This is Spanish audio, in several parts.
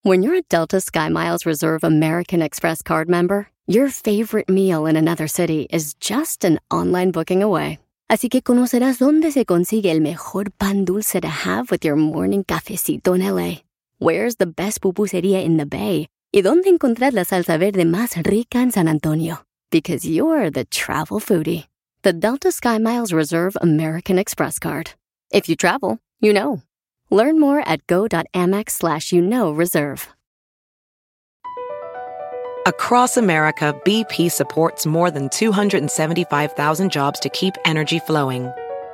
When you're a Delta SkyMiles Reserve American Express card member, your favorite meal in another city is just an online booking away. Así que conocerás dónde se consigue el mejor pan dulce to have with your morning cafecito en LA. Where's the best pupusería in the Bay? Y dónde encontrar la salsa verde más rica en San Antonio. Because you're the travel foodie. The Delta SkyMiles Reserve American Express card. If you travel, you know. Learn more at go.amex/reserve. Across America, BP supports more than 275,000 jobs to keep energy flowing.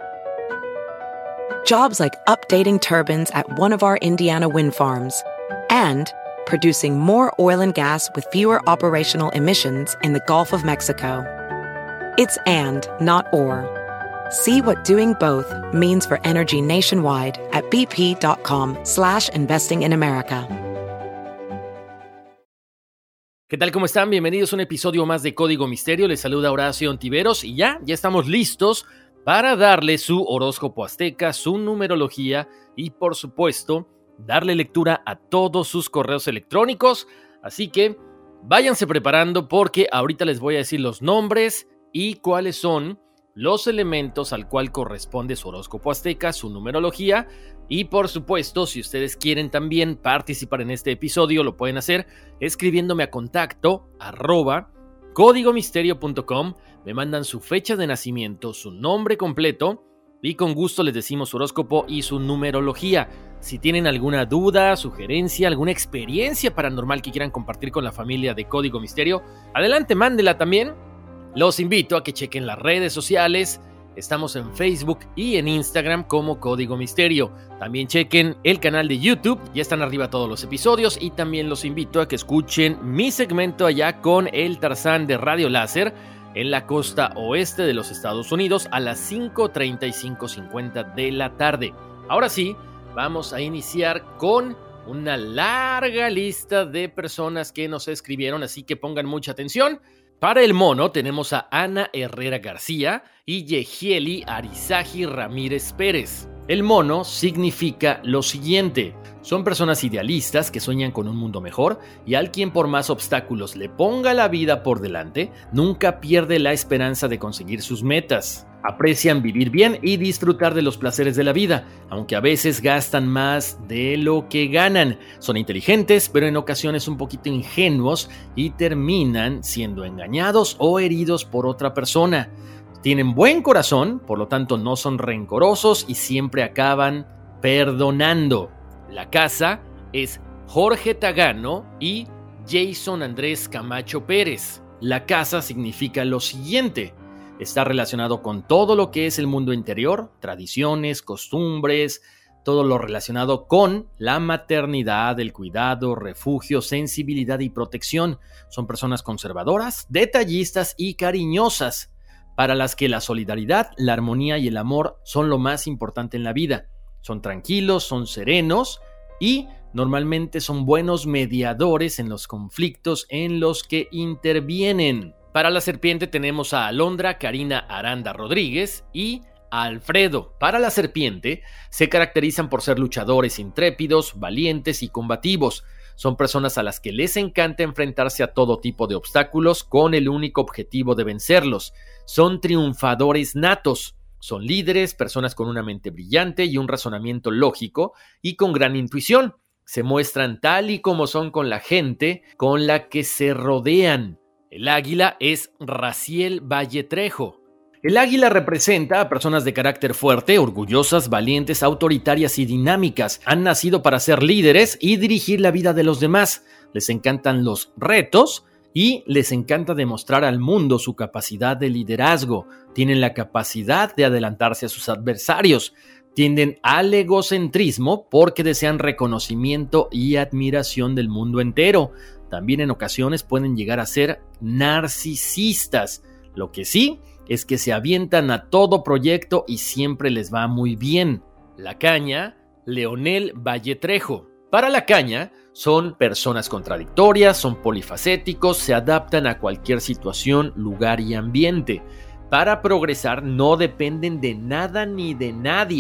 Jobs like updating turbines at one of our Indiana wind farms and producing more oil and gas with fewer operational emissions in the Gulf of Mexico. It's and, not or. See what doing both means for energy nationwide at bp.com/investing in America. ¿Qué tal? ¿Cómo están? Bienvenidos a un episodio más de Código Misterio. Les saluda Horacio Ontiveros y ya estamos listos para darle su horóscopo azteca, su numerología y, por supuesto, darle lectura a todos sus correos electrónicos. Así que váyanse preparando porque ahorita les voy a decir los nombres y cuáles son los elementos al cual corresponde su horóscopo azteca, su numerología. Y por supuesto, si ustedes quieren también participar en este episodio, lo pueden hacer escribiéndome a contacto @códigomisterio.com. Me mandan su fecha de nacimiento, su nombre completo y con gusto les decimos su horóscopo y su numerología. Si tienen alguna duda, sugerencia, alguna experiencia paranormal que quieran compartir con la familia de Código Misterio, adelante, mándela también. Los invito a que chequen las redes sociales. Estamos en Facebook y en Instagram como Código Misterio. También chequen el canal de YouTube. Ya están arriba todos los episodios. Y también los invito a que escuchen mi segmento allá con el Tarzán de Radio Láser en la costa oeste de los Estados Unidos a las 5:50 de la tarde. Ahora sí, vamos a iniciar con una larga lista de personas que nos escribieron. Así que pongan mucha atención. Para el mono tenemos a Ana Herrera García y Yehieli Arizagi Ramírez Pérez. El mono significa lo siguiente: son personas idealistas que sueñan con un mundo mejor y al quien por más obstáculos le ponga la vida por delante, nunca pierde la esperanza de conseguir sus metas. Aprecian vivir bien y disfrutar de los placeres de la vida, aunque a veces gastan más de lo que ganan. Son inteligentes, pero en ocasiones un poquito ingenuos y terminan siendo engañados o heridos por otra persona. Tienen buen corazón, por lo tanto no son rencorosos y siempre acaban perdonando. La casa es Jorge Tagano y Jason Andrés Camacho Pérez. La casa significa lo siguiente: está relacionado con todo lo que es el mundo interior, tradiciones, costumbres, todo lo relacionado con la maternidad, el cuidado, refugio, sensibilidad y protección. Son personas conservadoras, detallistas y cariñosas, para las que la solidaridad, la armonía y el amor son lo más importante en la vida. Son tranquilos, son serenos y normalmente son buenos mediadores en los conflictos en los que intervienen. Para la serpiente tenemos a Alondra Karina Aranda Rodríguez y a Alfredo. Para la serpiente se caracterizan por ser luchadores intrépidos, valientes y combativos. Son personas a las que les encanta enfrentarse a todo tipo de obstáculos con el único objetivo de vencerlos. Son triunfadores natos. Son líderes, personas con una mente brillante y un razonamiento lógico y con gran intuición. Se muestran tal y como son con la gente con la que se rodean. El águila es Raciel Valle Trejo. El águila representa a personas de carácter fuerte, orgullosas, valientes, autoritarias y dinámicas. Han nacido para ser líderes y dirigir la vida de los demás. Les encantan los retos y les encanta demostrar al mundo su capacidad de liderazgo. Tienen la capacidad de adelantarse a sus adversarios. Tienden al egocentrismo porque desean reconocimiento y admiración del mundo entero. También en ocasiones pueden llegar a ser narcisistas. Lo que sí es que se avientan a todo proyecto y siempre les va muy bien. La caña, Leonel Valle Trejo. Para la caña, son personas contradictorias, son polifacéticos, se adaptan a cualquier situación, lugar y ambiente. Para progresar no dependen de nada ni de nadie.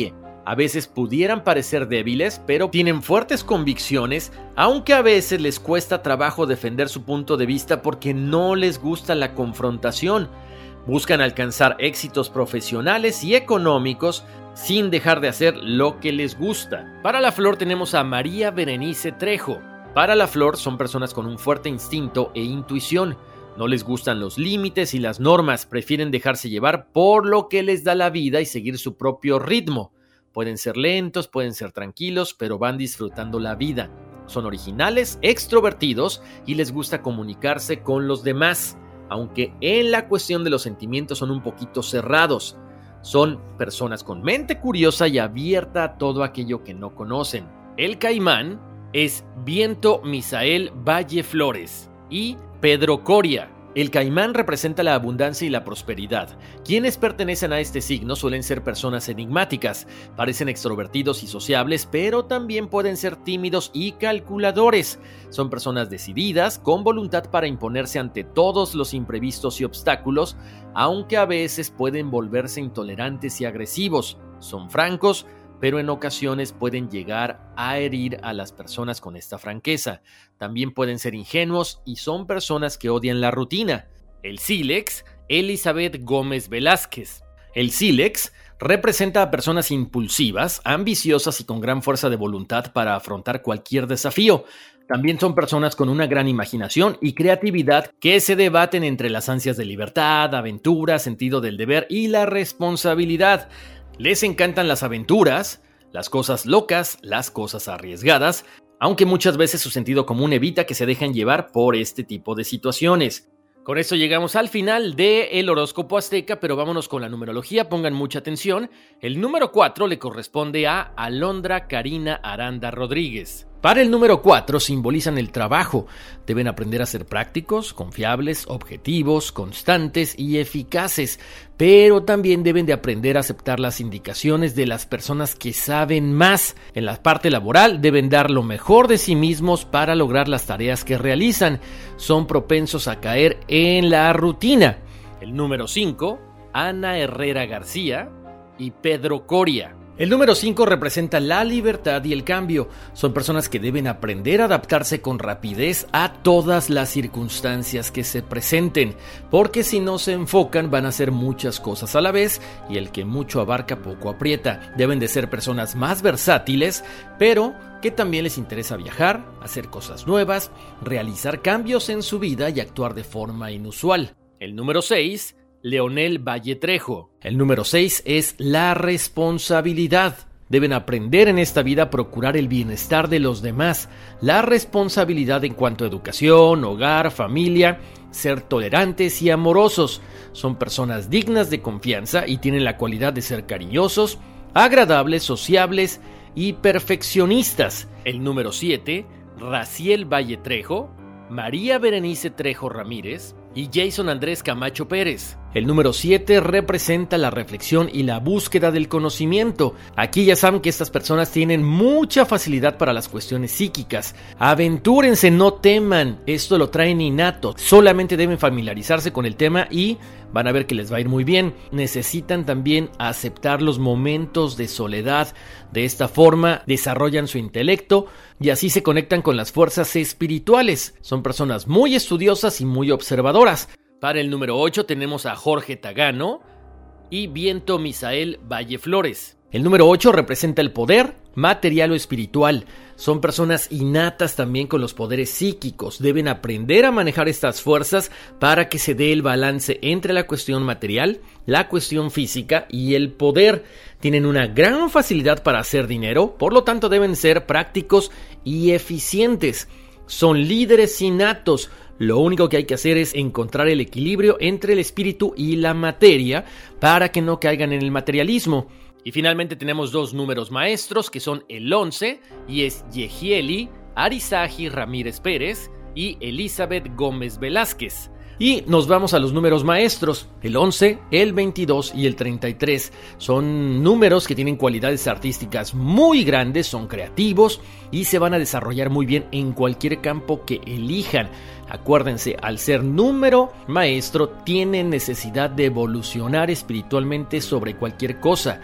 A veces pudieran parecer débiles, pero tienen fuertes convicciones, aunque a veces les cuesta trabajo defender su punto de vista porque no les gusta la confrontación. Buscan alcanzar éxitos profesionales y económicos sin dejar de hacer lo que les gusta. Para la flor tenemos a María Berenice Trejo. Para la flor son personas con un fuerte instinto e intuición. No les gustan los límites y las normas, prefieren dejarse llevar por lo que les da la vida y seguir su propio ritmo. Pueden ser lentos, pueden ser tranquilos, pero van disfrutando la vida. Son originales, extrovertidos y les gusta comunicarse con los demás, aunque en la cuestión de los sentimientos son un poquito cerrados. Son personas con mente curiosa y abierta a todo aquello que no conocen. El caimán es Viento Misael Valle Flores y Pedro Coria. El caimán representa la abundancia y la prosperidad. Quienes pertenecen a este signo suelen ser personas enigmáticas, parecen extrovertidos y sociables, pero también pueden ser tímidos y calculadores. Son personas decididas, con voluntad para imponerse ante todos los imprevistos y obstáculos, aunque a veces pueden volverse intolerantes y agresivos. Son francos, pero en ocasiones pueden llegar a herir a las personas con esta franqueza. También pueden ser ingenuos y son personas que odian la rutina. El sílex, Elizabeth Gómez Velázquez. El sílex representa a personas impulsivas, ambiciosas y con gran fuerza de voluntad para afrontar cualquier desafío. También son personas con una gran imaginación y creatividad que se debaten entre las ansias de libertad, aventura, sentido del deber y la responsabilidad. Les encantan las aventuras, las cosas locas, las cosas arriesgadas, aunque muchas veces su sentido común evita que se dejen llevar por este tipo de situaciones. Con esto llegamos al final del horóscopo azteca, pero vámonos con la numerología, pongan mucha atención. El número 4 le corresponde a Alondra Karina Aranda Rodríguez. Para el número 4 simbolizan el trabajo. Deben aprender a ser prácticos, confiables, objetivos, constantes y eficaces, pero también deben de aprender a aceptar las indicaciones de las personas que saben más. En la parte laboral deben dar lo mejor de sí mismos para lograr las tareas que realizan. Son propensos a caer en la rutina. El número 5, Ana Herrera García y Pedro Coria. El número 5 representa la libertad y el cambio. Son personas que deben aprender a adaptarse con rapidez a todas las circunstancias que se presenten, porque si no se enfocan van a hacer muchas cosas a la vez y el que mucho abarca poco aprieta. Deben de ser personas más versátiles, pero que también les interesa viajar, hacer cosas nuevas, realizar cambios en su vida y actuar de forma inusual. El número 6, Leonel Valle Trejo. El número 6 es la responsabilidad. Deben aprender en esta vida a procurar el bienestar de los demás, la responsabilidad en cuanto a educación, hogar, familia, ser tolerantes y amorosos. Son personas dignas de confianza y tienen la cualidad de ser cariñosos, agradables, sociables y perfeccionistas. El número 7, Raciel Valle Trejo, María Berenice Trejo Ramírez y Jason Andrés Camacho Pérez. El número 7 representa la reflexión y la búsqueda del conocimiento. Aquí ya saben que estas personas tienen mucha facilidad para las cuestiones psíquicas. Aventúrense, no teman, esto lo traen innato. Solamente deben familiarizarse con el tema y van a ver que les va a ir muy bien. Necesitan también aceptar los momentos de soledad. De esta forma desarrollan su intelecto y así se conectan con las fuerzas espirituales. Son personas muy estudiosas y muy observadoras. Para el número 8 tenemos a Jorge Tagano y Viento Misael Valle Flores. El número 8 representa el poder material o espiritual. Son personas innatas también con los poderes psíquicos. Deben aprender a manejar estas fuerzas para que se dé el balance entre la cuestión material, la cuestión física y el poder. Tienen una gran facilidad para hacer dinero, por lo tanto deben ser prácticos y eficientes. Son líderes innatos. Lo único que hay que hacer es encontrar el equilibrio entre el espíritu y la materia para que no caigan en el materialismo. Y finalmente tenemos dos números maestros que son el 11 y es Yehieli Arizaji Ramírez Pérez y Elizabeth Gómez Velázquez. Y nos vamos a los números maestros, el 11, el 22 y el 33. Son números que tienen cualidades artísticas muy grandes, son creativos y se van a desarrollar muy bien en cualquier campo que elijan. Acuérdense, al ser número maestro, tienen necesidad de evolucionar espiritualmente sobre cualquier cosa.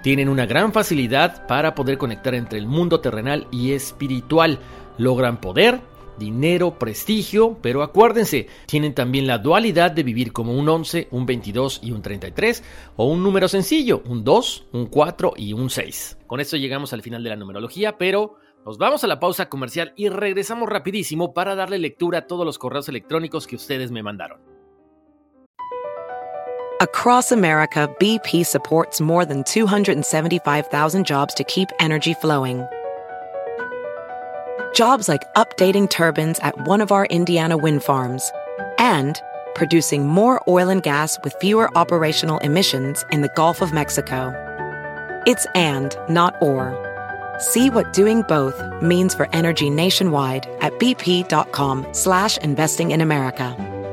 Tienen una gran facilidad para poder conectar entre el mundo terrenal y espiritual. Logran poder, dinero, prestigio, pero acuérdense, tienen también la dualidad de vivir como un 11, un 22 y un 33, o un número sencillo, un 2, un 4 y un 6. Con esto llegamos al final de la numerología, pero nos vamos a la pausa comercial y regresamos rapidísimo para darle lectura a todos los correos electrónicos que ustedes me mandaron. Across America, BP supports more than 275,000 jobs to keep energy flowing. Jobs like updating turbines at one of our Indiana wind farms and producing more oil and gas with fewer operational emissions in the Gulf of Mexico. It's and, not or. See what doing both means for energy nationwide at bp.com/investing in America.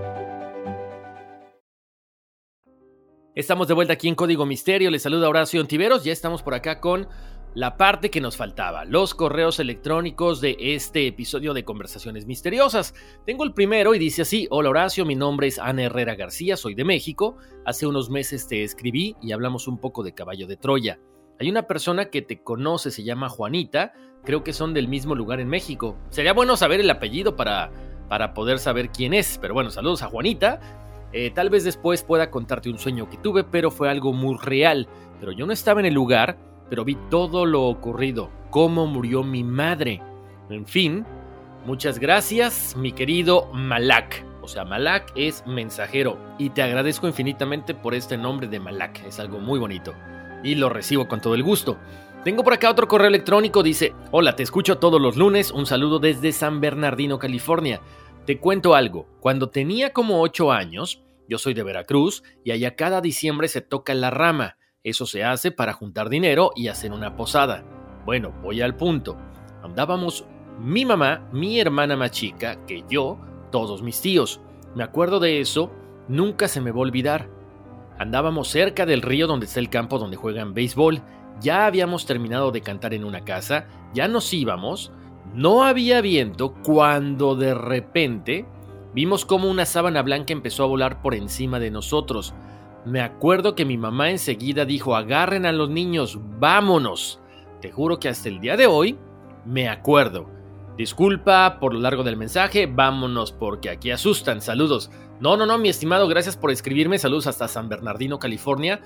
Estamos de vuelta aquí en Código Misterio. Les saluda Horacio Ontiveros. Ya estamos por acá con la parte que nos faltaba, los correos electrónicos de este episodio de Conversaciones Misteriosas. Tengo el primero y dice así: hola Horacio, mi nombre es Ana Herrera García, soy de México. Hace unos meses te escribí y hablamos un poco de Caballo de Troya. Hay una persona que te conoce, se llama Juanita, creo que son del mismo lugar en México. Sería bueno saber el apellido para poder saber quién es, pero bueno, saludos a Juanita. Tal vez después pueda contarte un sueño que tuve, pero fue algo muy real. Pero yo no estaba en el lugar, pero vi todo lo ocurrido, cómo murió mi madre. En fin, muchas gracias, mi querido Malak. O sea, Malak es mensajero. Y te agradezco infinitamente por este nombre de Malak. Es algo muy bonito. Y lo recibo con todo el gusto. Tengo por acá otro correo electrónico. Dice: hola, te escucho todos los lunes. Un saludo desde San Bernardino, California. Te cuento algo. Cuando tenía como 8 años, yo soy de Veracruz, y allá cada diciembre se toca la rama. Eso se hace para juntar dinero y hacer una posada. Bueno, voy al punto. Andábamos mi mamá, mi hermana más chica que yo, todos mis tíos. Me acuerdo de eso, nunca se me va a olvidar. Andábamos cerca del río donde está el campo donde juegan béisbol. Ya habíamos terminado de cantar en una casa, ya nos íbamos. No había viento cuando de repente vimos cómo una sábana blanca empezó a volar por encima de nosotros. Me acuerdo que mi mamá enseguida dijo: agarren a los niños, vámonos. Te juro que hasta el día de hoy me acuerdo. Disculpa por lo largo del mensaje, vámonos porque aquí asustan, saludos. No, mi estimado, gracias por escribirme, saludos hasta San Bernardino, California.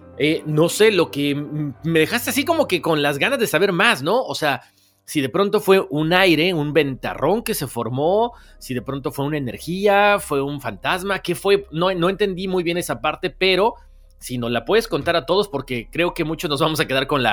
No sé, lo que me dejaste así como que con las ganas de saber más, ¿no? O sea, si de pronto fue un aire, un ventarrón que se formó, si de pronto fue una energía, fue un fantasma, ¿qué fue? No entendí muy bien esa parte, pero si nos la puedes contar a todos, porque creo que muchos nos vamos a quedar con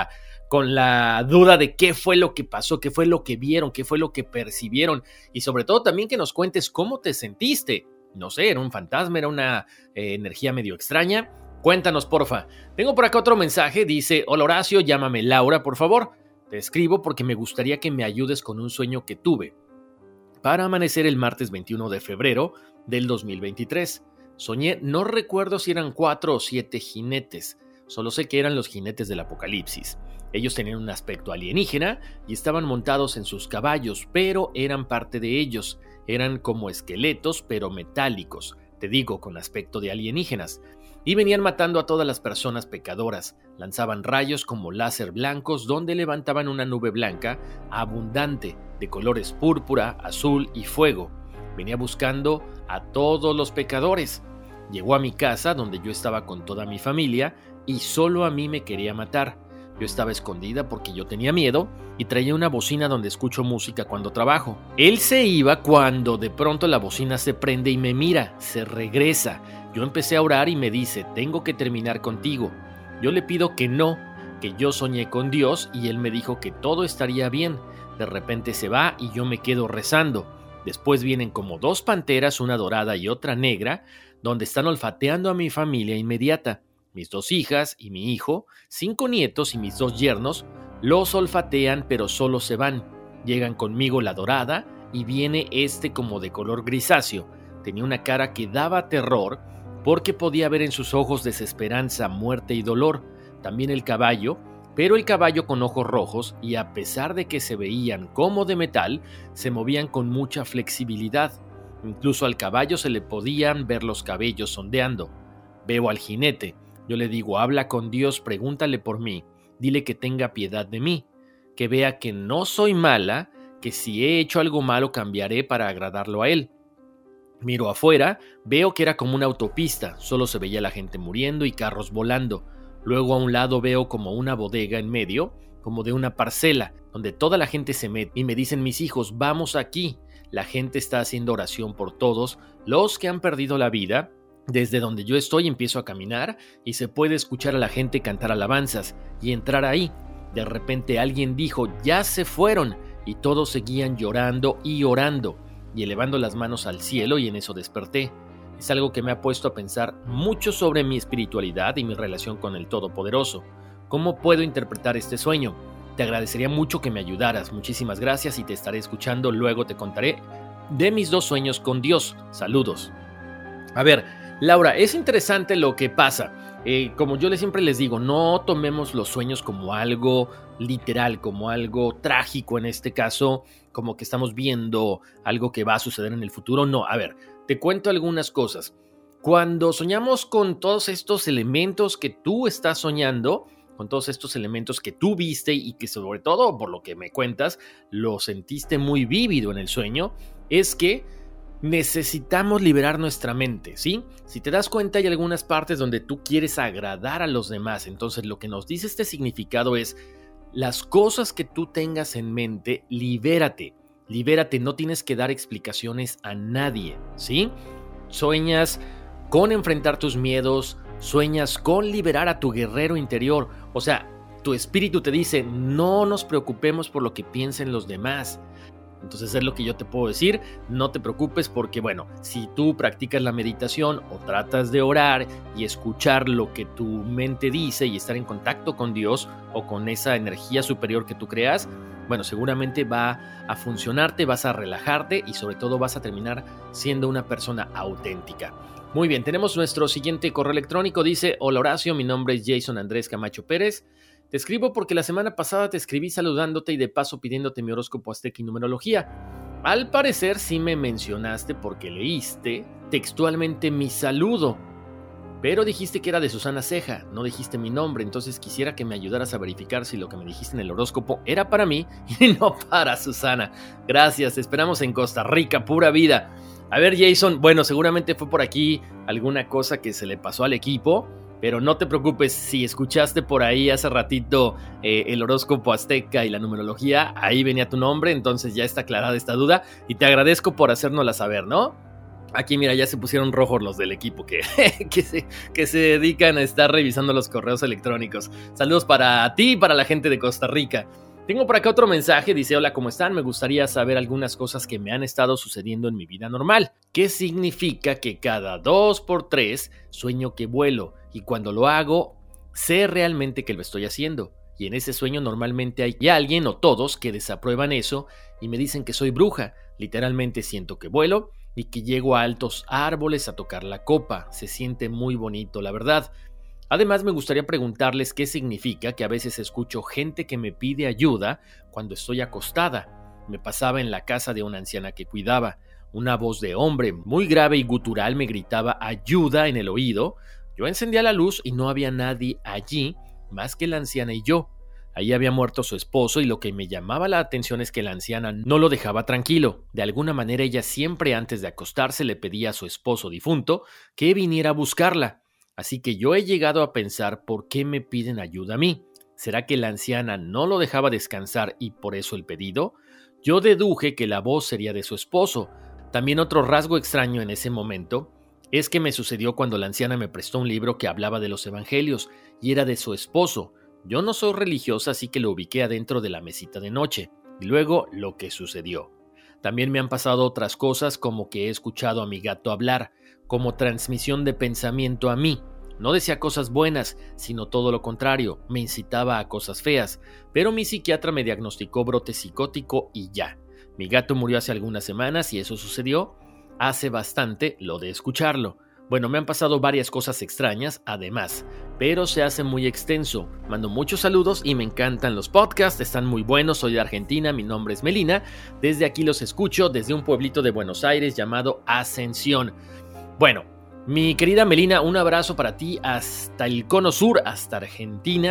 la duda de qué fue lo que pasó, qué fue lo que vieron, qué fue lo que percibieron, y sobre todo también que nos cuentes cómo te sentiste. No sé, ¿era un fantasma? ¿Era una energía medio extraña? Cuéntanos, porfa. Tengo por acá otro mensaje, dice: hola Horacio, llámame Laura, por favor. Te escribo porque me gustaría que me ayudes con un sueño que tuve. Para amanecer el martes 21 de febrero del 2023, soñé, no recuerdo si eran 4 o 7 jinetes, solo sé que eran los jinetes del apocalipsis. Ellos tenían un aspecto alienígena y estaban montados en sus caballos, pero eran parte de ellos. Eran como esqueletos, pero metálicos, te digo, con aspecto de alienígenas. Y venían matando a todas las personas pecadoras. Lanzaban rayos como láser blancos donde levantaban una nube blanca abundante de colores púrpura, azul y fuego. Venía buscando a todos los pecadores. Llegó a mi casa donde yo estaba con toda mi familia y solo a mí me quería matar. Yo estaba escondida porque yo tenía miedo y traía una bocina donde escucho música cuando trabajo. Él se iba cuando de pronto la bocina se prende y me mira, se regresa. Yo empecé a orar y me dice: tengo que terminar contigo. Yo le pido que no, que yo soñé con Dios y él me dijo que todo estaría bien. De repente se va y yo me quedo rezando. Después vienen como 2 panteras, una dorada y otra negra, donde están olfateando a mi familia inmediata. Mis 2 hijas y mi hijo, 5 nietos y mis 2 yernos, los olfatean pero solo se van. Llegan conmigo la dorada y viene como de color grisáceo. Tenía una cara que daba terror porque podía ver en sus ojos desesperanza, muerte y dolor. También el caballo, pero el caballo con ojos rojos, y a pesar de que se veían como de metal, se movían con mucha flexibilidad. Incluso al caballo se le podían ver los cabellos ondeando. Veo al jinete. Yo le digo: habla con Dios, pregúntale por mí. dile que tenga piedad de mí, que vea que no soy mala, que si he hecho algo malo cambiaré para agradarlo a él. Miro afuera, veo que era como una autopista, solo se veía la gente muriendo y carros volando. Luego a un lado veo como una bodega en medio, como de una parcela, donde toda la gente se mete y me dicen mis hijos, vamos aquí. La gente está haciendo oración por todos los que han perdido la vida. Desde donde yo estoy empiezo a caminar y se puede escuchar a la gente cantar alabanzas y entrar ahí. De repente alguien dijo, ya se fueron, y todos seguían llorando y orando y elevando las manos al cielo, y en eso desperté. Es algo que me ha puesto a pensar mucho sobre mi espiritualidad y mi relación con el Todopoderoso. ¿Cómo puedo interpretar este sueño? Te agradecería mucho que me ayudaras. Muchísimas gracias y te estaré escuchando. Luego te contaré de mis 2 sueños con Dios. Saludos. A ver, Laura, es interesante lo que pasa. Como yo siempre les digo, no tomemos los sueños como algo literal, como algo trágico en este caso, como que estamos viendo algo que va a suceder en el futuro. No, a ver, te cuento algunas cosas. Cuando soñamos con todos estos elementos que tú estás soñando, con todos estos elementos que tú viste y que sobre todo, por lo que me cuentas, lo sentiste muy vívido en el sueño, es que necesitamos liberar nuestra mente, ¿sí? Si te das cuenta, hay algunas partes donde tú quieres agradar a los demás. Entonces, lo que nos dice este significado es, las cosas que tú tengas en mente, libérate. Libérate, no tienes que dar explicaciones a nadie, ¿sí? Sueñas con enfrentar tus miedos, sueñas con liberar a tu guerrero interior. O sea, tu espíritu te dice, no nos preocupemos por lo que piensen los demás. Entonces es lo que yo te puedo decir, no te preocupes porque bueno, si tú practicas la meditación o tratas de orar y escuchar lo que tu mente dice y estar en contacto con Dios o con esa energía superior que tú creas, bueno, seguramente va a funcionarte, vas a relajarte y sobre todo vas a terminar siendo una persona auténtica. Muy bien, tenemos nuestro siguiente correo electrónico, dice, hola Horacio, mi nombre es Jason Andrés Camacho Pérez. Te escribo porque la semana pasada te escribí saludándote y de paso pidiéndote mi horóscopo azteca y numerología. Al parecer sí me mencionaste porque leíste textualmente mi saludo, pero dijiste que era de Susana Ceja, no dijiste mi nombre, entonces quisiera que me ayudaras a verificar si lo que me dijiste en el horóscopo era para mí y no para Susana. Gracias, te esperamos en Costa Rica, pura vida. A ver Jason, bueno, seguramente fue por aquí alguna cosa que se le pasó al equipo, pero no te preocupes, si escuchaste por ahí hace ratito el horóscopo azteca y la numerología, ahí venía tu nombre, entonces ya está aclarada esta duda y te agradezco por hacérnosla saber, ¿no? Aquí mira, ya se pusieron rojos los del equipo que se dedican a estar revisando los correos electrónicos. Saludos para ti y para la gente de Costa Rica. Tengo por acá otro mensaje, dice, hola, ¿cómo están? Me gustaría saber algunas cosas que me han estado sucediendo en mi vida normal. ¿Qué significa que cada 2 por 3 sueño que vuelo? Y cuando lo hago, sé realmente que lo estoy haciendo. Y en ese sueño normalmente hay alguien o todos que desaprueban eso y me dicen que soy bruja. Literalmente siento que vuelo y que llego a altos árboles a tocar la copa. Se siente muy bonito, la verdad. Además, me gustaría preguntarles qué significa que a veces escucho gente que me pide ayuda cuando estoy acostada. Me pasaba en la casa de una anciana que cuidaba. Una voz de hombre muy grave y gutural me gritaba ayuda en el oído. Yo encendía la luz y no había nadie allí más que la anciana y yo. Ahí había muerto su esposo y lo que me llamaba la atención es que la anciana no lo dejaba tranquilo. De alguna manera ella siempre antes de acostarse le pedía a su esposo difunto que viniera a buscarla. Así que yo he llegado a pensar por qué me piden ayuda a mí. ¿Será que la anciana no lo dejaba descansar y por eso el pedido? Yo deduje que la voz sería de su esposo. También otro rasgo extraño en ese momento es que me sucedió cuando la anciana me prestó un libro que hablaba de los evangelios y era de su esposo. Yo no soy religiosa, así que lo ubiqué adentro de la mesita de noche. Y luego lo que sucedió. También me han pasado otras cosas como que he escuchado a mi gato hablar, como transmisión de pensamiento a mí. No decía cosas buenas, sino todo lo contrario, me incitaba a cosas feas, pero mi psiquiatra me diagnosticó brote psicótico y ya. Mi gato murió hace algunas semanas y eso sucedió hace bastante lo de escucharlo. Bueno, me han pasado varias cosas extrañas, además, pero se hace muy extenso. Mando muchos saludos y me encantan los podcasts, están muy buenos, soy de Argentina, mi nombre es Melina. Desde aquí los escucho, desde un pueblito de Buenos Aires llamado Ascensión. Bueno, mi querida Melina, un abrazo para ti hasta el cono sur, hasta Argentina.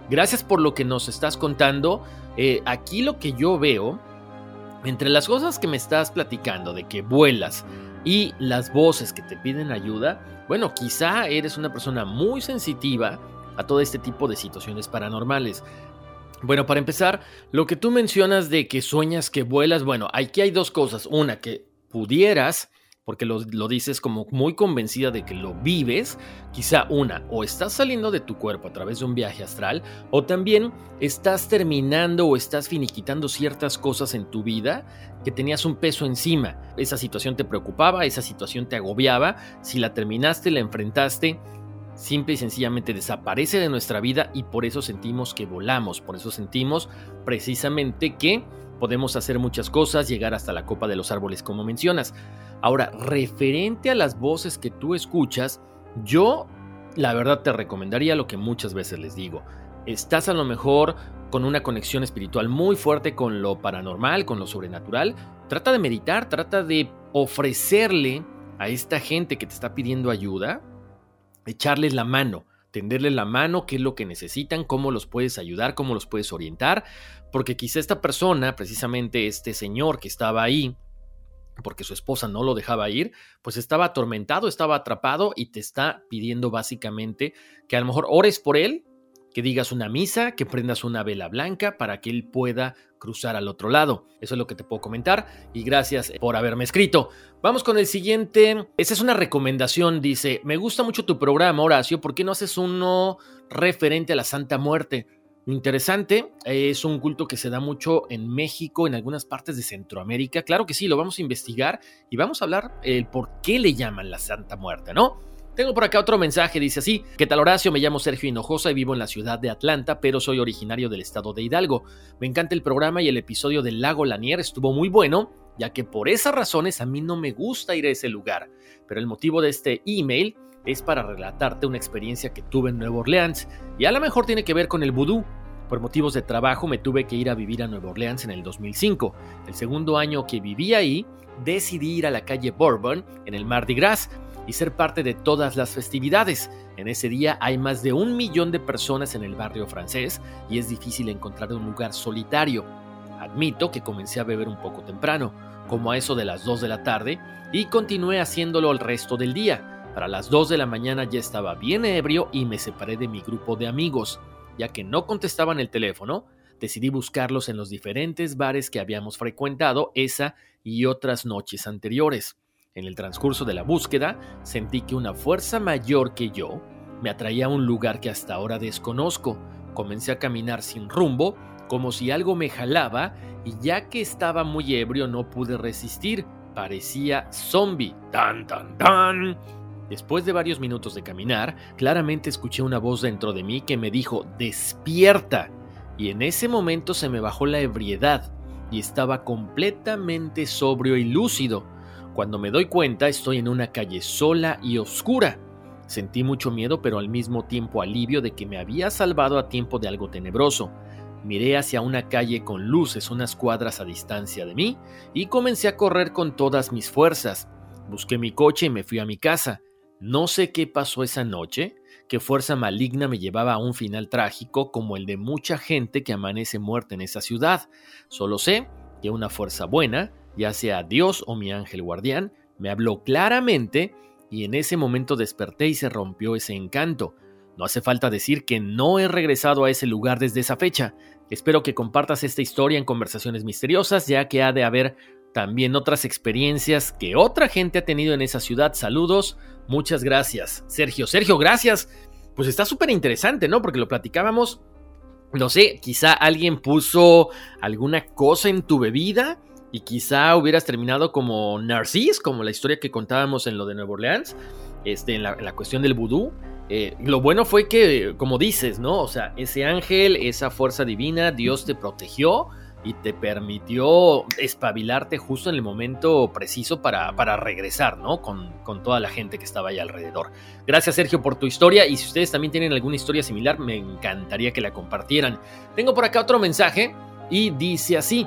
Gracias por lo que nos estás contando. Aquí lo que yo veo, entre las cosas que me estás platicando de que vuelas y las voces que te piden ayuda, bueno, quizá eres una persona muy sensitiva a todo este tipo de situaciones paranormales. Bueno, para empezar, lo que tú mencionas de que sueñas que vuelas, bueno, aquí hay dos cosas. Una, que pudieras, porque lo dices como muy convencida de que lo vives, quizá una, o estás saliendo de tu cuerpo a través de un viaje astral, o también estás terminando o estás finiquitando ciertas cosas en tu vida que tenías un peso encima. Esa situación te preocupaba, esa situación te agobiaba, si la terminaste, la enfrentaste, simple y sencillamente desaparece de nuestra vida y por eso sentimos que volamos, por eso sentimos precisamente que podemos hacer muchas cosas, llegar hasta la copa de los árboles como mencionas. Ahora, referente a las voces que tú escuchas, yo la verdad te recomendaría lo que muchas veces les digo. Estás a lo mejor con una conexión espiritual muy fuerte con lo paranormal, con lo sobrenatural. Trata de meditar, trata de ofrecerle a esta gente que te está pidiendo ayuda, echarles la mano, tenderles la mano, qué es lo que necesitan, cómo los puedes ayudar, cómo los puedes orientar, porque quizá esta persona, precisamente este señor que estaba ahí, porque su esposa no lo dejaba ir, pues estaba atormentado, estaba atrapado y te está pidiendo básicamente que a lo mejor ores por él, que digas una misa, que prendas una vela blanca para que él pueda cruzar al otro lado. Eso es lo que te puedo comentar y gracias por haberme escrito. Vamos con el siguiente. Esa es una recomendación, dice: me gusta mucho tu programa, Horacio, ¿por qué no haces uno referente a la Santa Muerte? Interesante, es un culto que se da mucho en México, en algunas partes de Centroamérica. Claro que sí, lo vamos a investigar y vamos a hablar el por qué le llaman la Santa Muerte, ¿no? Tengo por acá otro mensaje, dice así: ¿qué tal, Horacio? Me llamo Sergio Hinojosa y vivo en la ciudad de Atlanta, pero soy originario del estado de Hidalgo. Me encanta el programa y el episodio del lago Lanier estuvo muy bueno, ya que por esas razones a mí no me gusta ir a ese lugar. Pero el motivo de este email es para relatarte una experiencia que tuve en Nueva Orleans y a lo mejor tiene que ver con el vudú. Por motivos de trabajo me tuve que ir a vivir a Nueva Orleans en el 2005. El segundo año que viví ahí, decidí ir a la calle Bourbon en el Mardi Gras y ser parte de todas las festividades. En ese día hay más de 1 millón de personas en el barrio francés y es difícil encontrar un lugar solitario. Admito que comencé a beber un poco temprano, como a eso de las 2 de la tarde, y continué haciéndolo el resto del día. Para las 2 de la mañana ya estaba bien ebrio y me separé de mi grupo de amigos. Ya que no contestaban el teléfono, decidí buscarlos en los diferentes bares que habíamos frecuentado esa y otras noches anteriores. En el transcurso de la búsqueda, sentí que una fuerza mayor que yo me atraía a un lugar que hasta ahora desconozco. Comencé a caminar sin rumbo, como si algo me jalaba, y ya que estaba muy ebrio no pude resistir. Parecía zombie. ¡Tan, tan, tan! Después de varios minutos de caminar, claramente escuché una voz dentro de mí que me dijo: ¡despierta! Y en ese momento se me bajó la ebriedad y estaba completamente sobrio y lúcido. Cuando me doy cuenta, estoy en una calle sola y oscura. Sentí mucho miedo, pero al mismo tiempo alivio de que me había salvado a tiempo de algo tenebroso. Miré hacia una calle con luces unas cuadras a distancia de mí y comencé a correr con todas mis fuerzas. Busqué mi coche y me fui a mi casa. No sé qué pasó esa noche, qué fuerza maligna me llevaba a un final trágico como el de mucha gente que amanece muerta en esa ciudad. Solo sé que una fuerza buena, ya sea Dios o mi ángel guardián, me habló claramente y en ese momento desperté y se rompió ese encanto. No hace falta decir que no he regresado a ese lugar desde esa fecha. Espero que compartas esta historia en Conversaciones Misteriosas, ya que ha de haber también otras experiencias que otra gente ha tenido en esa ciudad. Saludos, muchas gracias. Sergio, gracias. Pues está súper interesante, ¿no? Porque lo platicábamos, no sé, quizá alguien puso alguna cosa en tu bebida y quizá hubieras terminado como Narcís, como la historia que contábamos en lo de Nueva Orleans, en la cuestión del vudú. Lo bueno fue que, como dices, ¿no? O sea, ese ángel, esa fuerza divina, Dios te protegió y te permitió espabilarte justo en el momento preciso para regresar, ¿no? Con toda la gente que estaba ahí alrededor. Gracias, Sergio, por tu historia, y si ustedes también tienen alguna historia similar, me encantaría que la compartieran. Tengo por acá otro mensaje y dice así: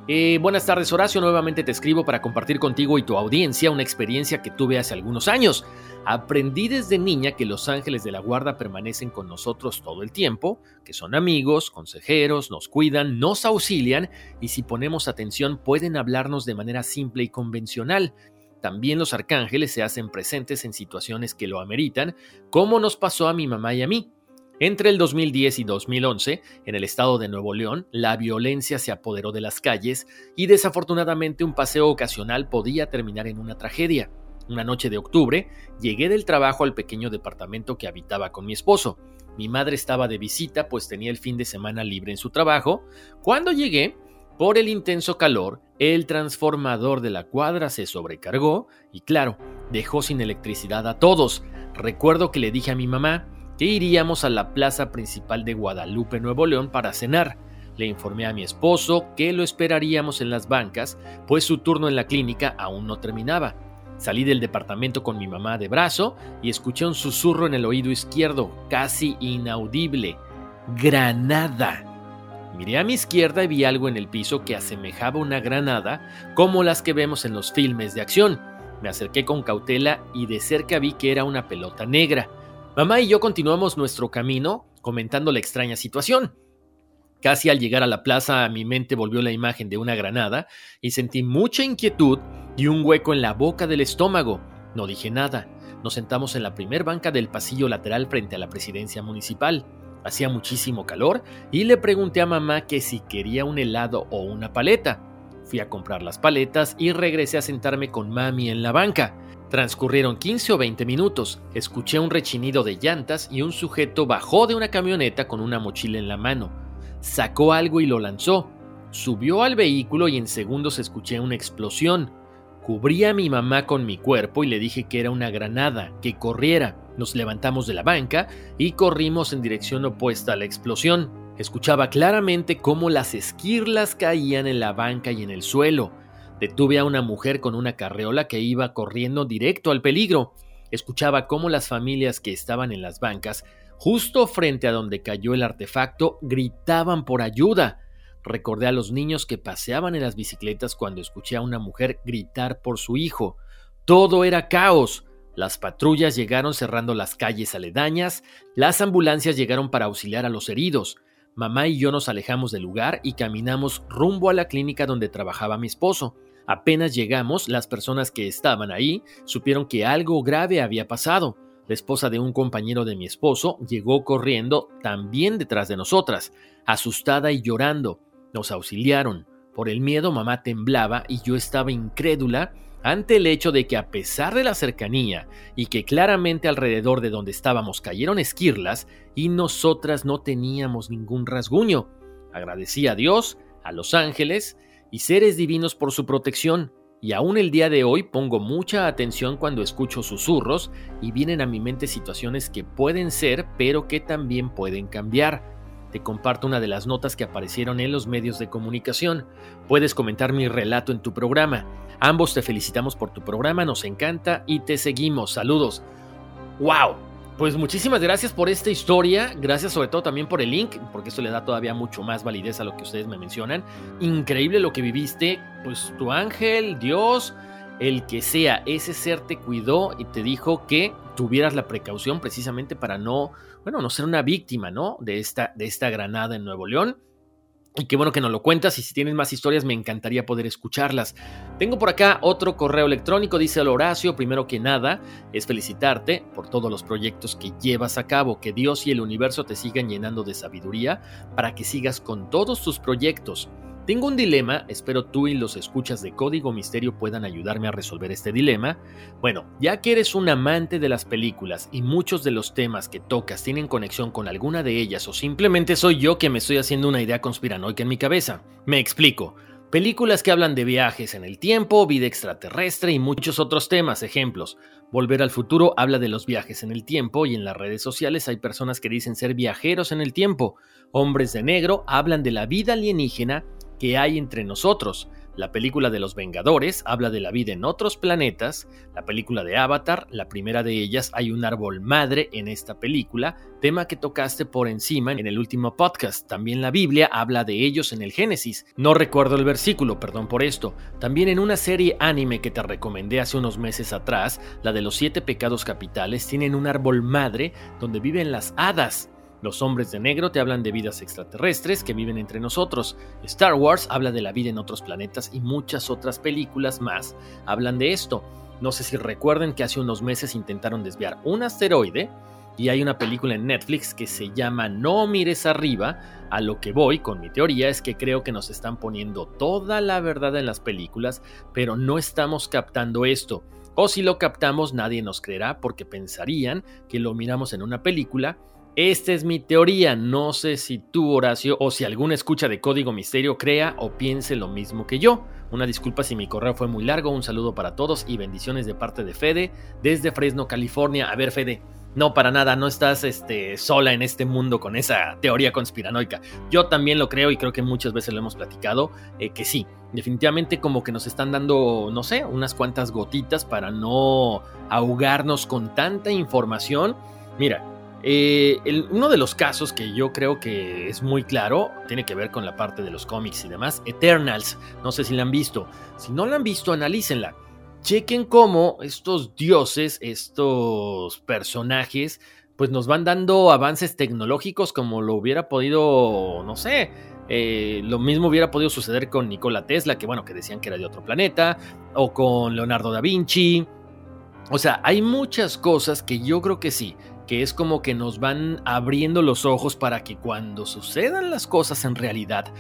Buenas tardes, Horacio. Nuevamente te escribo para compartir contigo y tu audiencia una experiencia que tuve hace algunos años. Aprendí desde niña que los ángeles de la guarda permanecen con nosotros todo el tiempo, que son amigos, consejeros, nos cuidan, nos auxilian y si ponemos atención pueden hablarnos de manera simple y convencional. También los arcángeles se hacen presentes en situaciones que lo ameritan, como nos pasó a mi mamá y a mí. Entre el 2010 y 2011, en el estado de Nuevo León, la violencia se apoderó de las calles y desafortunadamente un paseo ocasional podía terminar en una tragedia. Una noche de octubre, llegué del trabajo al pequeño departamento que habitaba con mi esposo. Mi madre estaba de visita, pues tenía el fin de semana libre en su trabajo. Cuando llegué, por el intenso calor, el transformador de la cuadra se sobrecargó y, claro, dejó sin electricidad a todos. Recuerdo que le dije a mi mamá que iríamos a la plaza principal de Guadalupe, Nuevo León, para cenar. Le informé a mi esposo que lo esperaríamos en las bancas, pues su turno en la clínica aún no terminaba. Salí del departamento con mi mamá de brazo y escuché un susurro en el oído izquierdo, casi inaudible. ¡Granada! Miré a mi izquierda y vi algo en el piso que asemejaba una granada, como las que vemos en los filmes de acción. Me acerqué con cautela y de cerca vi que era una pelota negra. Mamá y yo continuamos nuestro camino comentando la extraña situación. Casi al llegar a la plaza, a mi mente volvió la imagen de una granada y sentí mucha inquietud y un hueco en la boca del estómago. No dije nada. Nos sentamos en la primer banca del pasillo lateral frente a la presidencia municipal. Hacía muchísimo calor y le pregunté a mamá que si quería un helado o una paleta. Fui a comprar las paletas y regresé a sentarme con mami en la banca. Transcurrieron 15 o 20 minutos. Escuché un rechinido de llantas y un sujeto bajó de una camioneta con una mochila en la mano. Sacó algo y lo lanzó. Subió al vehículo y en segundos escuché una explosión. Cubrí a mi mamá con mi cuerpo y le dije que era una granada, que corriera. Nos levantamos de la banca y corrimos en dirección opuesta a la explosión. Escuchaba claramente cómo las esquirlas caían en la banca y en el suelo. Detuve a una mujer con una carreola que iba corriendo directo al peligro. Escuchaba cómo las familias que estaban en las bancas, justo frente a donde cayó el artefacto, gritaban por ayuda. Recordé a los niños que paseaban en las bicicletas cuando escuché a una mujer gritar por su hijo. Todo era caos. Las patrullas llegaron cerrando las calles aledañas, las ambulancias llegaron para auxiliar a los heridos. Mamá y yo nos alejamos del lugar y caminamos rumbo a la clínica donde trabajaba mi esposo. Apenas llegamos, las personas que estaban ahí supieron que algo grave había pasado. La esposa de un compañero de mi esposo llegó corriendo también detrás de nosotras, asustada y llorando. Nos auxiliaron. Por el miedo, mamá temblaba y yo estaba incrédula ante el hecho de que a pesar de la cercanía y que claramente alrededor de donde estábamos cayeron esquirlas y nosotras no teníamos ningún rasguño. Agradecí a Dios, a los ángeles y seres divinos por su protección, y aún el día de hoy pongo mucha atención cuando escucho susurros y vienen a mi mente situaciones que pueden ser, pero que también pueden cambiar. Te comparto una de las notas que aparecieron en los medios de comunicación. Puedes comentar mi relato en tu programa. Ambos te felicitamos por tu programa, nos encanta y te seguimos. Saludos. ¡Wow! Pues muchísimas gracias por esta historia, gracias sobre todo también por el link, porque esto le da todavía mucho más validez a lo que ustedes me mencionan. Increíble lo que viviste, pues tu ángel, Dios, el que sea, ese ser te cuidó y te dijo que tuvieras la precaución precisamente para no ser una víctima, ¿no? de esta granada en Nuevo León. Y qué bueno que nos lo cuentas, y si tienes más historias me encantaría poder escucharlas. Tengo por acá otro correo electrónico, dice el Horacio: primero que nada es felicitarte por todos los proyectos que llevas a cabo, que Dios y el universo te sigan llenando de sabiduría para que sigas con todos tus proyectos. Tengo un dilema, espero tú y los escuchas de Código Misterio puedan ayudarme a resolver este dilema. Bueno, ya que eres un amante de las películas y muchos de los temas que tocas tienen conexión con alguna de ellas, o simplemente soy yo que me estoy haciendo una idea conspiranoica en mi cabeza. Me explico. Películas que hablan de viajes en el tiempo, vida extraterrestre y muchos otros temas. Ejemplos: Volver al Futuro habla de los viajes en el tiempo y en las redes sociales hay personas que dicen ser viajeros en el tiempo. Hombres de Negro hablan de la vida alienígena que hay entre nosotros. La película de Los Vengadores habla de la vida en otros planetas. La película de Avatar, la primera de ellas, hay un árbol madre en esta película, tema que tocaste por encima en el último podcast. También la Biblia habla de ellos en el Génesis. No recuerdo el versículo, perdón por esto. También en una serie anime que te recomendé hace unos meses atrás, la de los 7 pecados capitales, tienen un árbol madre donde viven las hadas. Los hombres de negro te hablan de vidas extraterrestres que viven entre nosotros. Star Wars habla de la vida en otros planetas y muchas otras películas más hablan de esto. No sé si recuerden que hace unos meses intentaron desviar un asteroide y hay una película en Netflix que se llama No mires arriba. A lo que voy con mi teoría es que creo que nos están poniendo toda la verdad en las películas, pero no estamos captando esto. O si lo captamos, nadie nos creerá porque pensarían que lo miramos en una película. Esta es mi teoría, no sé si tú, Horacio, o si alguna escucha de Código Misterio crea o piense lo mismo que yo. Una disculpa si mi correo fue muy largo, un saludo para todos y bendiciones de parte de Fede, desde Fresno, California. A ver, Fede, no, para nada, no estás sola en este mundo con esa teoría conspiranoica. Yo también lo creo y creo que muchas veces lo hemos platicado, que sí, definitivamente como que nos están dando, no sé, unas cuantas gotitas para no ahogarnos con tanta información. Mira, uno de los casos que yo creo que es muy claro tiene que ver con la parte de los cómics y demás. Eternals, no sé si la han visto. Si no la han visto, analícenla. Chequen cómo estos dioses, estos personajes, pues nos van dando avances tecnológicos como lo hubiera podido, no sé, lo mismo hubiera podido suceder con Nikola Tesla, que bueno, que decían que era de otro planeta, o con Leonardo da Vinci. O sea, hay muchas cosas que yo creo que sí, que es como que nos van abriendo los ojos para que cuando sucedan las cosas en realidad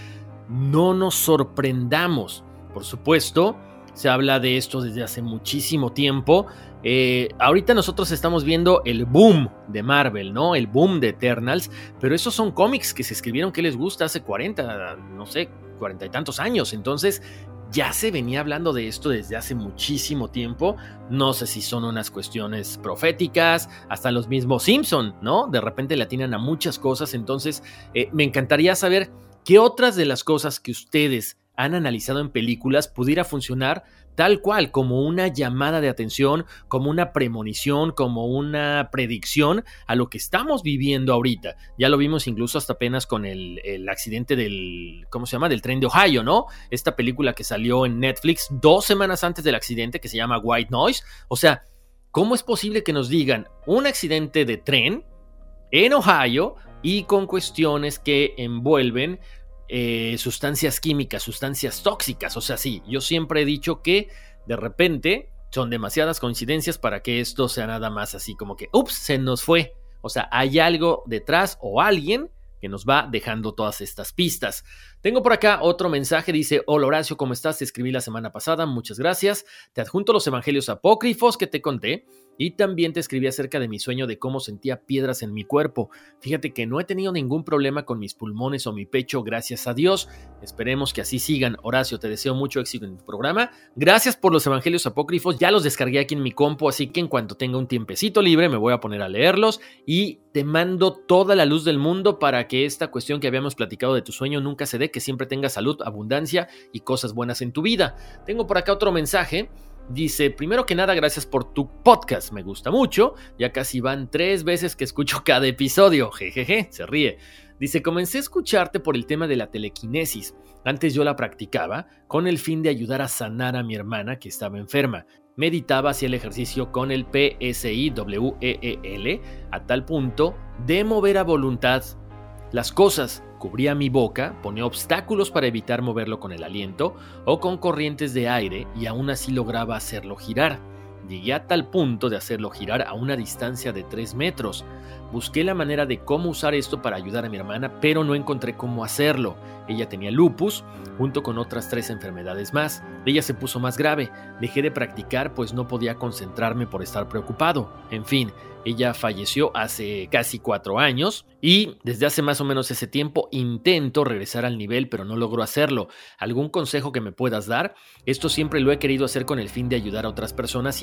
no nos sorprendamos. Por supuesto, se habla de esto desde hace muchísimo tiempo. Ahorita nosotros estamos viendo el boom de Marvel, ¿no? El boom de Eternals, pero esos son cómics que se escribieron, que les gusta, hace 40, no sé, 40 y tantos años. Entonces ya se venía hablando de esto desde hace muchísimo tiempo. No sé si son unas cuestiones proféticas, hasta los mismos Simpson, ¿no? De repente le atinan a muchas cosas. Entonces me encantaría saber qué otras de las cosas que ustedes han analizado en películas pudiera funcionar tal cual, como una llamada de atención, como una premonición, como una predicción a lo que estamos viviendo ahorita. Ya lo vimos incluso hasta apenas con el accidente del, ¿cómo se llama? Del tren de Ohio, ¿no? Esta película que salió en Netflix 2 semanas antes del accidente, que se llama White Noise. O sea, ¿cómo es posible que nos digan un accidente de tren en Ohio y con cuestiones que envuelven sustancias químicas, sustancias tóxicas? O sea, sí, yo siempre he dicho que de repente son demasiadas coincidencias para que esto sea nada más así como que, ups, se nos fue. O sea, hay algo detrás o alguien que nos va dejando todas estas pistas. Tengo por acá otro mensaje, dice: hola Horacio, ¿cómo estás? Te escribí la semana pasada, muchas gracias. Te adjunto los evangelios apócrifos que te conté y también te escribí acerca de mi sueño de cómo sentía piedras en mi cuerpo. Fíjate que no he tenido ningún problema con mis pulmones o mi pecho, gracias a Dios. Esperemos que así sigan. Horacio, te deseo mucho éxito en tu programa. Gracias por los evangelios apócrifos, ya los descargué aquí en mi compu, así que en cuanto tenga un tiempecito libre me voy a poner a leerlos y te mando toda la luz del mundo para que esta cuestión que habíamos platicado de tu sueño nunca se dé, que siempre tengas salud, abundancia y cosas buenas en tu vida. Tengo por acá otro mensaje. Dice: primero que nada, gracias por tu podcast, me gusta mucho, ya casi van 3 veces que escucho cada episodio, jejeje, se ríe. Dice: comencé a escucharte por el tema de la telequinesis. Antes yo la practicaba con el fin de ayudar a sanar a mi hermana que estaba enferma. Meditaba, hacía el ejercicio con el PSIWEEL a tal punto de mover a voluntad las cosas. Cubría mi boca, ponía obstáculos para evitar moverlo con el aliento o con corrientes de aire y aún así lograba hacerlo girar. Llegué a tal punto de hacerlo girar a una distancia de 3 metros. Busqué la manera de cómo usar esto para ayudar a mi hermana, pero no encontré cómo hacerlo. Ella tenía lupus, junto con otras 3 enfermedades más. Ella se puso más grave. Dejé de practicar pues no podía concentrarme por estar preocupado. En fin, ella falleció hace casi 4 años y desde hace más o menos ese tiempo intento regresar al nivel, pero no logro hacerlo. ¿Algún consejo que me puedas dar? Esto siempre lo he querido hacer con el fin de ayudar a otras personas y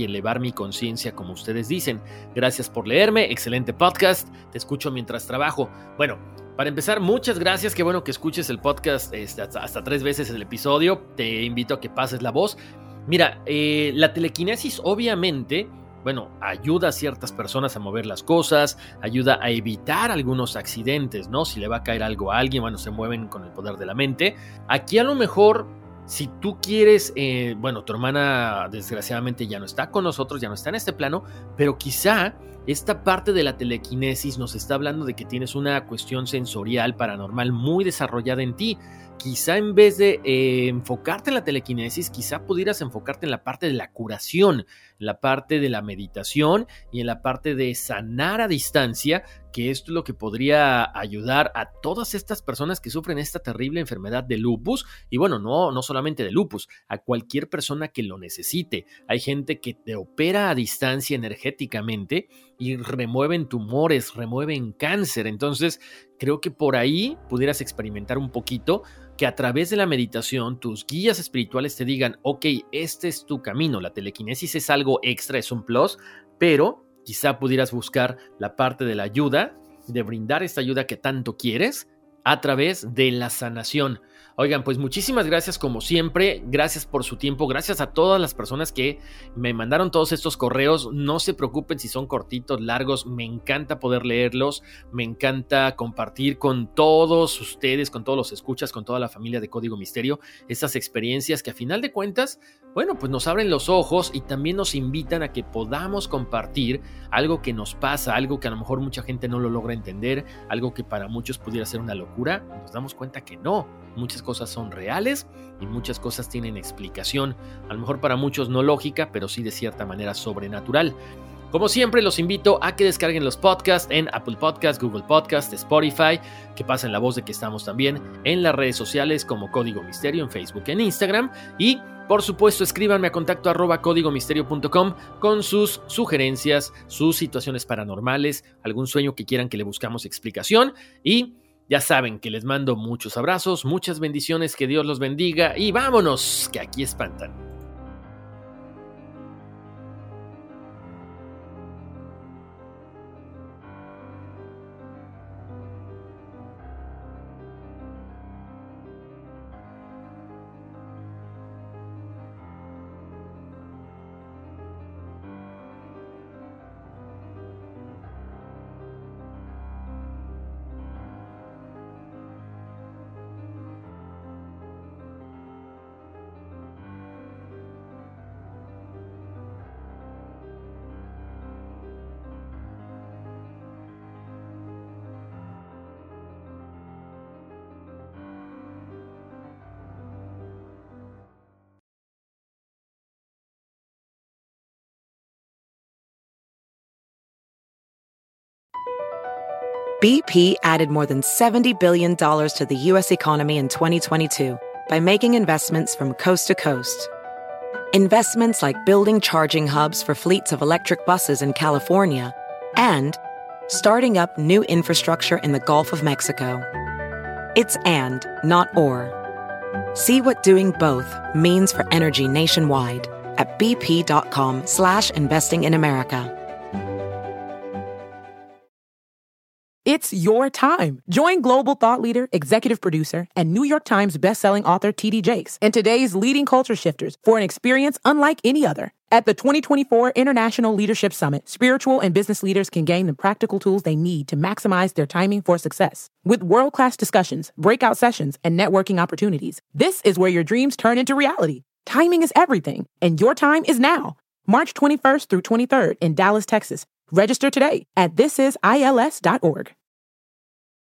elevar mi conciencia, como ustedes dicen. Gracias por leerme, excelente podcast, te escucho mientras trabajo. Bueno, para empezar, muchas gracias, qué bueno que escuches el podcast hasta 3 veces el episodio, te invito a que pases la voz. Mira, la telequinesis obviamente, ayuda a ciertas personas a mover las cosas, ayuda a evitar algunos accidentes, ¿no? Si le va a caer algo a alguien, se mueven con el poder de la mente. Aquí a lo mejor, si tú quieres, tu hermana desgraciadamente ya no está con nosotros, ya no está en este plano, pero quizá esta parte de la telequinesis nos está hablando de que tienes una cuestión sensorial paranormal muy desarrollada en ti. Quizá en vez de enfocarte en la telequinesis, quizá pudieras enfocarte en la parte de la curación, en la parte de la meditación y en la parte de sanar a distancia, que esto es lo que podría ayudar a todas estas personas que sufren esta terrible enfermedad de lupus. Y no solamente de lupus, a cualquier persona que lo necesite. Hay gente que te opera a distancia energéticamente y remueven tumores, remueven cáncer. Entonces, creo que por ahí pudieras experimentar un poquito, que a través de la meditación tus guías espirituales te digan, ok, este es tu camino. La telequinesis es algo extra, es un plus, pero quizá pudieras buscar la parte de la ayuda, de brindar esta ayuda que tanto quieres a través de la sanación. Oigan, pues muchísimas gracias como siempre, gracias por su tiempo, gracias a todas las personas que me mandaron todos estos correos. No se preocupen si son cortitos, largos, me encanta poder leerlos, me encanta compartir con todos ustedes, con todos los escuchas, con toda la familia de Código Misterio, estas experiencias que a final de cuentas, pues nos abren los ojos y también nos invitan a que podamos compartir algo que nos pasa, algo que a lo mejor mucha gente no lo logra entender, algo que para muchos pudiera ser una locura. Nos damos cuenta que no, muchas cosas son reales y muchas cosas tienen explicación, a lo mejor para muchos no lógica, pero sí de cierta manera sobrenatural. Como siempre, los invito a que descarguen los podcasts en Apple Podcasts, Google Podcasts, Spotify, que pasen la voz de que estamos también en las redes sociales como Código Misterio en Facebook, en Instagram, y por supuesto escríbanme a contacto @códigomisterio.com con sus sugerencias, sus situaciones paranormales, algún sueño que quieran que le buscamos explicación. Y ya saben que les mando muchos abrazos, muchas bendiciones, que Dios los bendiga y vámonos, que aquí espantan. BP added more than $70 billion to the U.S. economy in 2022 by making investments from coast to coast. Investments like building charging hubs for fleets of electric buses in California and starting up new infrastructure in the Gulf of Mexico. It's and, not or. See what doing both means for energy nationwide at bp.com/investing in America. It's your time. Join global thought leader, executive producer, and New York Times bestselling author T.D. Jakes and today's leading culture shifters for an experience unlike any other. At the 2024 International Leadership Summit, spiritual and business leaders can gain the practical tools they need to maximize their timing for success. With world-class discussions, breakout sessions, and networking opportunities, this is where your dreams turn into reality. Timing is everything, and your time is now. March 21st through 23rd in Dallas, Texas. Register today at thisisils.org.